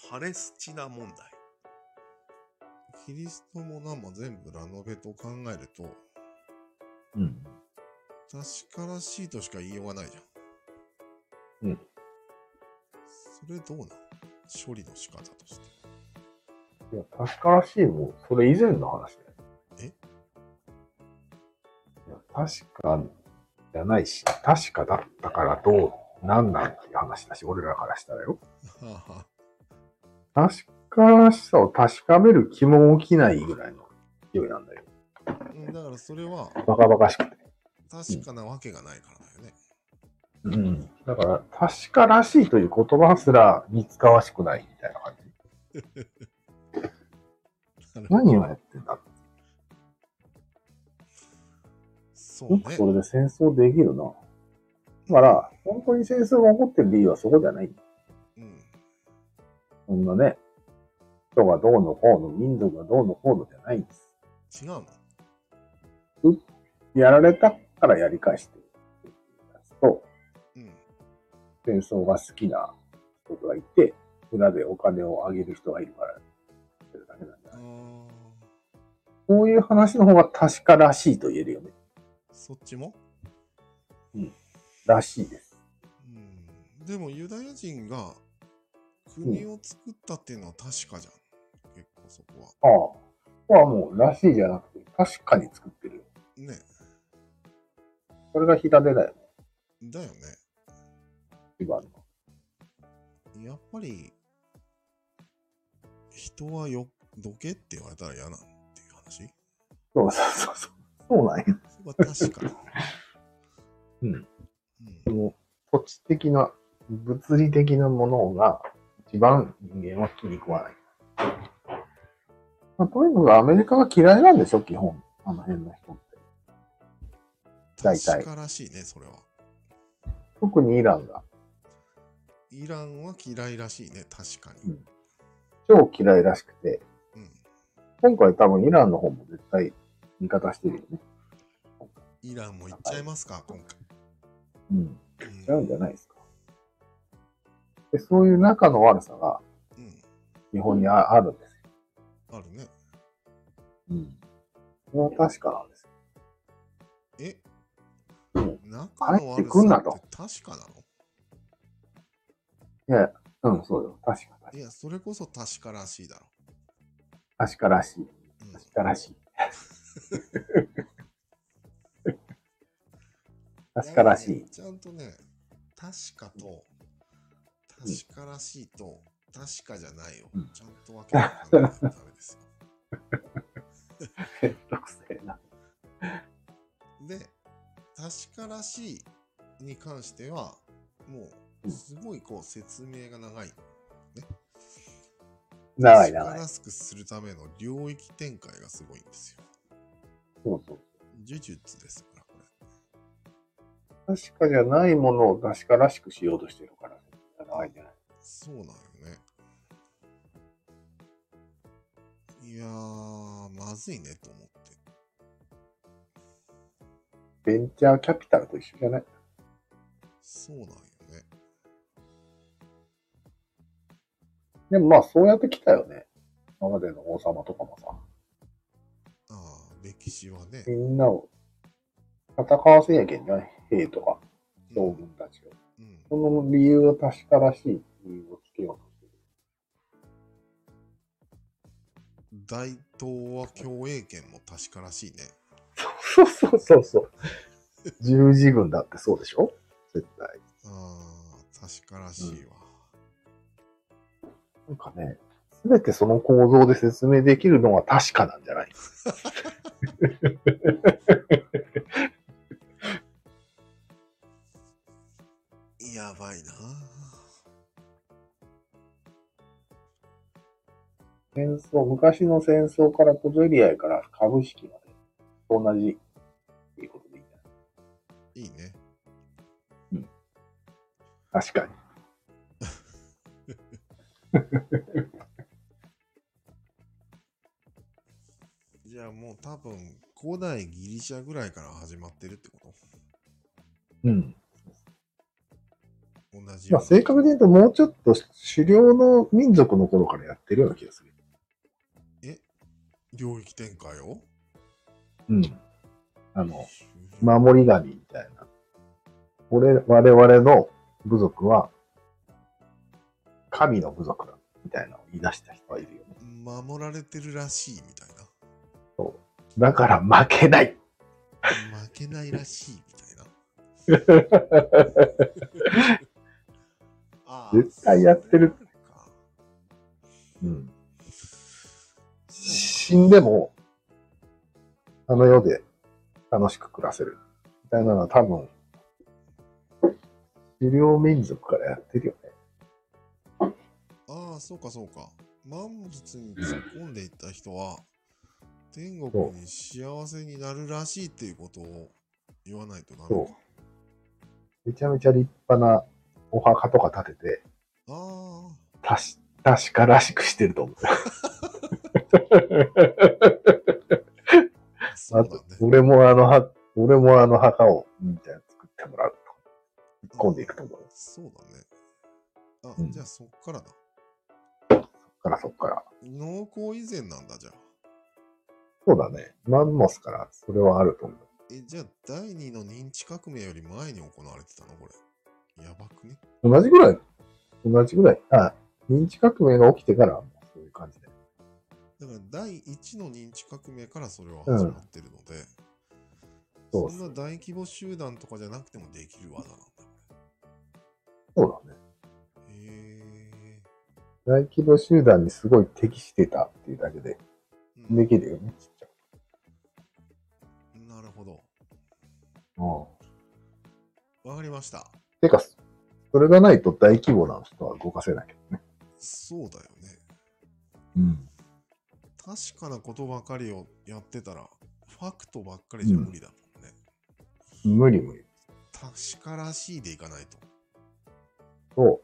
パレスチナ問題。キリストも全部ラノベと考えると、 うん。 確からしいとしか言いようがないじゃん。 うん。 それどうなん？処理の仕方として。 いや、確からしいもん、それ以前の話だよ。 え？ いや、確かじゃないし、確かだったからなんなんっていう話だし、俺らからしたらよ。 はあはあ、 確からしさを確かめる気も起きないぐらいの勢いなんだよ。 だからそれはバカバカしくて。 確かなわけがないからだよね。 うん。だから、確からしいという言葉すら似つかわしくないみたいな感じ。何をやってんだって。 そうね。 よくそれで戦争できるな。だから、本当に戦争が起こってる理由はそこじゃない。 うん。 そんなね、人がどうのこうの、民族がどうのこうのじゃないんです。 違うの？ やられたからやり返してるやつと、 うん。 戦争が好きな人がいて、裏でお金をあげる人がいるからやってるだけなんじゃない？こういう話の方が確からしいと言えるよね。 そっちも？ うん。らしいです。 でもユダヤ人が国を作ったっていうのは確かじゃん。結構そこは。 ああ。ここはもうらしいじゃなくて、確かに作ってるよ。 ね。 それが火種だよね。 だよね。 一番の。 やっぱり、人はどけって言われたら嫌なんっていう話？ そうそうそうそう。そうなんや。 それは確かだ。 うん。その土地的な、物理的なものが一番人間は気に食わない。まあ、とにかくアメリカが嫌いなんでしょ、基本。あの辺の人って。大体。 確からしいね、それは。 特にイランが。 イランは嫌いらしいね、確かに。 超嫌いらしくて。 うん。 今回多分イランの方も絶対味方してるよね。 イランも行っちゃいますか、今回。 うん。行っちゃうんじゃないですか。で、そういう仲の悪さが、日本にあるんですよ。 あるね。 うん。もう確かなんですよ。 え？ 仲の悪さって確かなの？ いや、うん、そうよ。確か。 いや、それこそ確からしいだろ。 確からしい。確からしい。確からしい。 ちゃんとね、確かと、確からしいと、確かじゃないよ。ちゃんと分けて考えないとダメですよ。 めんどくせえな。 で、確からしいに関しては、もう、すごい説明が長い。ね。 長い。 確からしくするための領域展開がすごいんですよ。 そうそう。 呪術ですから、これ。確かじゃないものを確からしくしようとしてるから、長いんじゃない？ そうなんよね。いやー、まずいねと思って。 ベンチャーキャピタルと一緒じゃない？ そうなんよね。 でもまあそうやってきたよね。今までの王様とかもさ。 ああ、歴史はね。 みんなを戦わせやけんじゃない？兵とか将軍たちを。その理由を確からしい理由をつけようとしてる。大東亜共栄圏も確からしいね。 そう。十字軍だってそうでしょ？絶対。 ああ、確からしいわ。 なんかね、すべてその構造で説明できるのは確かなんじゃない？ やばいな。 昔の戦争から小競り合いから株式まで同じっていうことでいいんじゃない？ いいね。 うん。確かに。 じゃあもう多分古代ギリシャぐらいから始まってるってこと？ うん。 同まあ正確に言うともうちょっと狩猟の民族の頃からやってるような気がする。 領域展開をうん。守り神みたいな。我々の部族は、神の部族だ、みたいなのを言い出した人はいるよね。 守られてるらしいみたいな。 そう。だから負けない負けないらしいみたいな。 絶対やってる。うん。死んでも、あの世で楽しく暮らせる。みたいなのは多分、狩猟民族からやってるよね。 ああ、そうかそうか。万物に突っ込んでいった人は、天国に幸せになるらしいっていうことを言わないとなるか。 めちゃめちゃ立派なお墓とか建てて、確からしくしてると思う。 そうだね。 俺もあの墓を、みたいな作ってもらうと。突っ込んでいくと思う。 そうだね。じゃあそっからだ。 そっから。 農耕以前なんだ、じゃあ。 そうだね。マンモスからそれはあると思う。 じゃあ第二の認知革命より前に行われてたのこれ。やばくね。 同じぐらい。認知革命が起きてから、そういう感じで。 だから第一の認知革命からそれは始まってるので、そんな大規模集団とかじゃなくてもできる技なんだ、これ。そうだね。大規模集団にすごい適してたっていうだけで、できるよね、ちっちゃく。なるほど。わかりました。 てか、それがないと大規模な人は動かせないけどね。 そうだよね。 うん。 確かなことばかりをやってたら、ファクトばっかりじゃ無理だもんね。 無理。 確からしいでいかないと。 そう。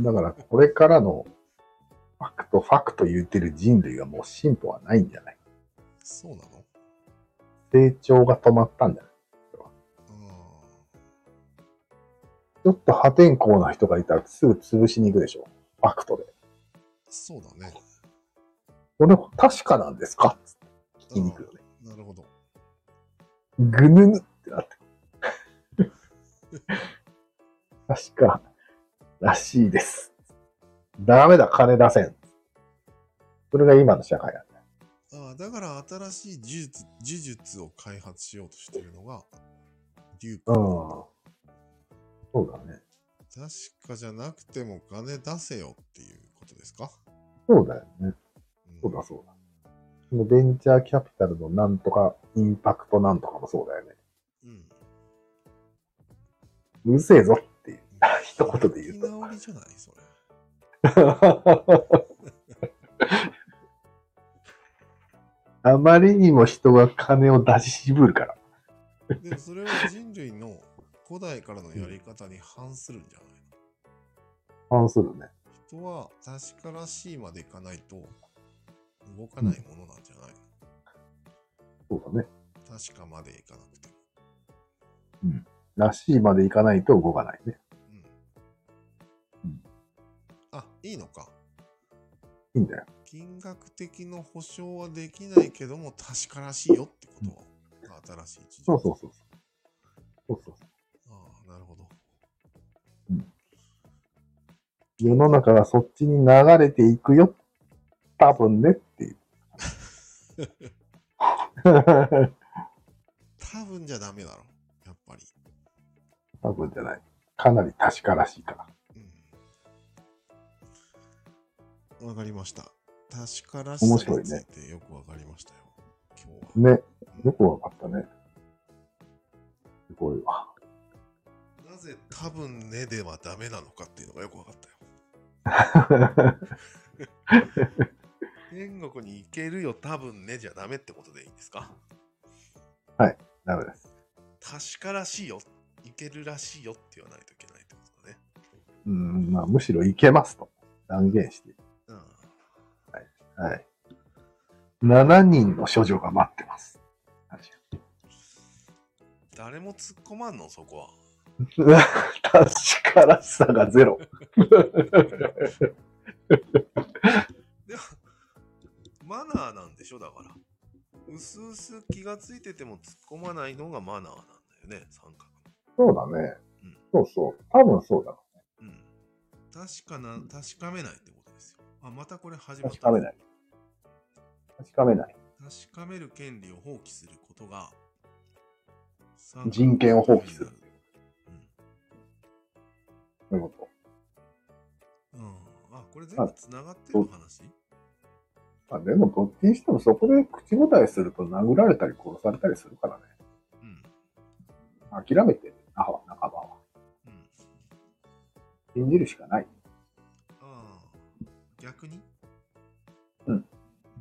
だからこれからのファクト言ってる人類がもう進歩はないんじゃない？ そうなの？ 成長が止まったんじゃない？ちょっと破天荒な人がいたらすぐ潰しに行くでしょ。ファクトで。 そうだね。 これ確かなんですか？聞きに行くよね。 なるほど。 ぐぬぬってなって。確からしいです。ダメだ、金出せん。それが今の社会なんだ。 だから新しい呪術を開発しようとしているのが、デューク。 そうだね。 確かじゃなくても金出せよっていうことですか？ そうだよね。そうだ。そのベンチャーキャピタルのなんとか、インパクトなんとかもそうだよね。うるせえぞっていう、一言で言うと。 直りじゃないそれ。 あまりにも人が金を出し渋るから。 でもそれは人類の古代からのやり方に反するんじゃないの？反するね。 人は確からしいまでいかないと動かないものなんじゃないの？ そうだね。 確かまでいかなくても。らしいまでいかないと動かないね。 いいのか。 いいんだよ。 金額的な保証はできないけども確からしいよってことが新しい事情。 そう。 なるほど。 世の中がそっちに流れていくよ。多分ねっていう。 多分じゃダメだろ。やっぱり。 多分じゃない。かなり確からしいから。 わかりました。確からしさについてよくわかりましたよ。 今日は。ね。よくわかったね。すごいわ。 なぜ多分ねではダメなのかっていうのがよくわかったよ。天国に行けるよ多分ねじゃダメってことでいいんですか？ はい、ダメです。 確からしいよ、行けるらしいよって言わないといけないってことだね。 まあむしろ行けますと断言して。はい。7人の処女が待ってます。 誰も突っ込まんのそこは。 確からしさがゼロ。 でも、マナーなんでしょだから。うすうす気がついてても突っ込まないのがマナーなんだよね、三角。 そうだね。 うん。 そうそう。多分そうだ。 うん。確かめないってことですよ。あ、またこれ始まった、 確かめない。確かめない。 確かめる権利を放棄することが、 人権を放棄する。そういうこと。うん。あ、これ全部つながってる話？ あ、でもどっちにしてもそこで口答えすると殴られたり殺されたりするからね。うん。諦めて、仲間は。うん。信じるしかない。 ああ、逆に？ うん。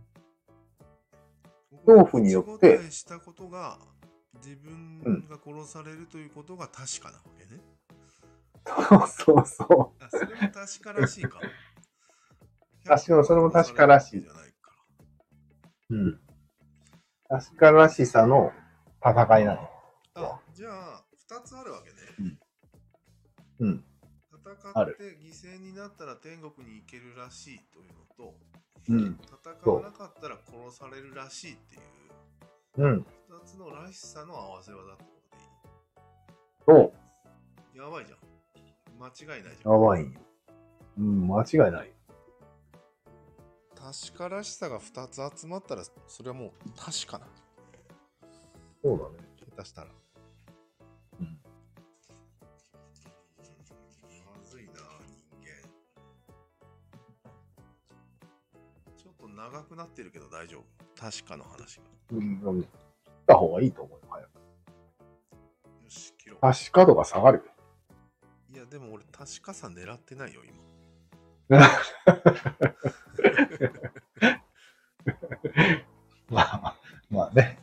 恐怖によって。 口答えしたことが自分が殺されるということが確かなわけね。 そうそう。 あ、それも確からしいか。 確かにそれも確からしい。うん。確からしさの戦いなの。 あ、じゃあ、2つあるわけね。 うん。うん。 戦って犠牲になったら天国に行けるらしいというのと、 うん。 戦わなかったら殺されるらしいっていう、 うん。 2つのらしさの合わせ技ってことでいい？ そう。 やばいじゃん。間違いないじゃん。 やばい。うん、間違いない。 確からしさが2つ集まったら、それはもう確かな。 そうだね。 下手したら。 うん。 まずいな、人間。ちょっと長くなってるけど大丈夫。確かの話が。 うん、切った方がいいと思うよ、早く。 よし、切ろう。 確か度が下がるよ。 いや、でも俺、確かさ狙ってないよ、今。 まあね。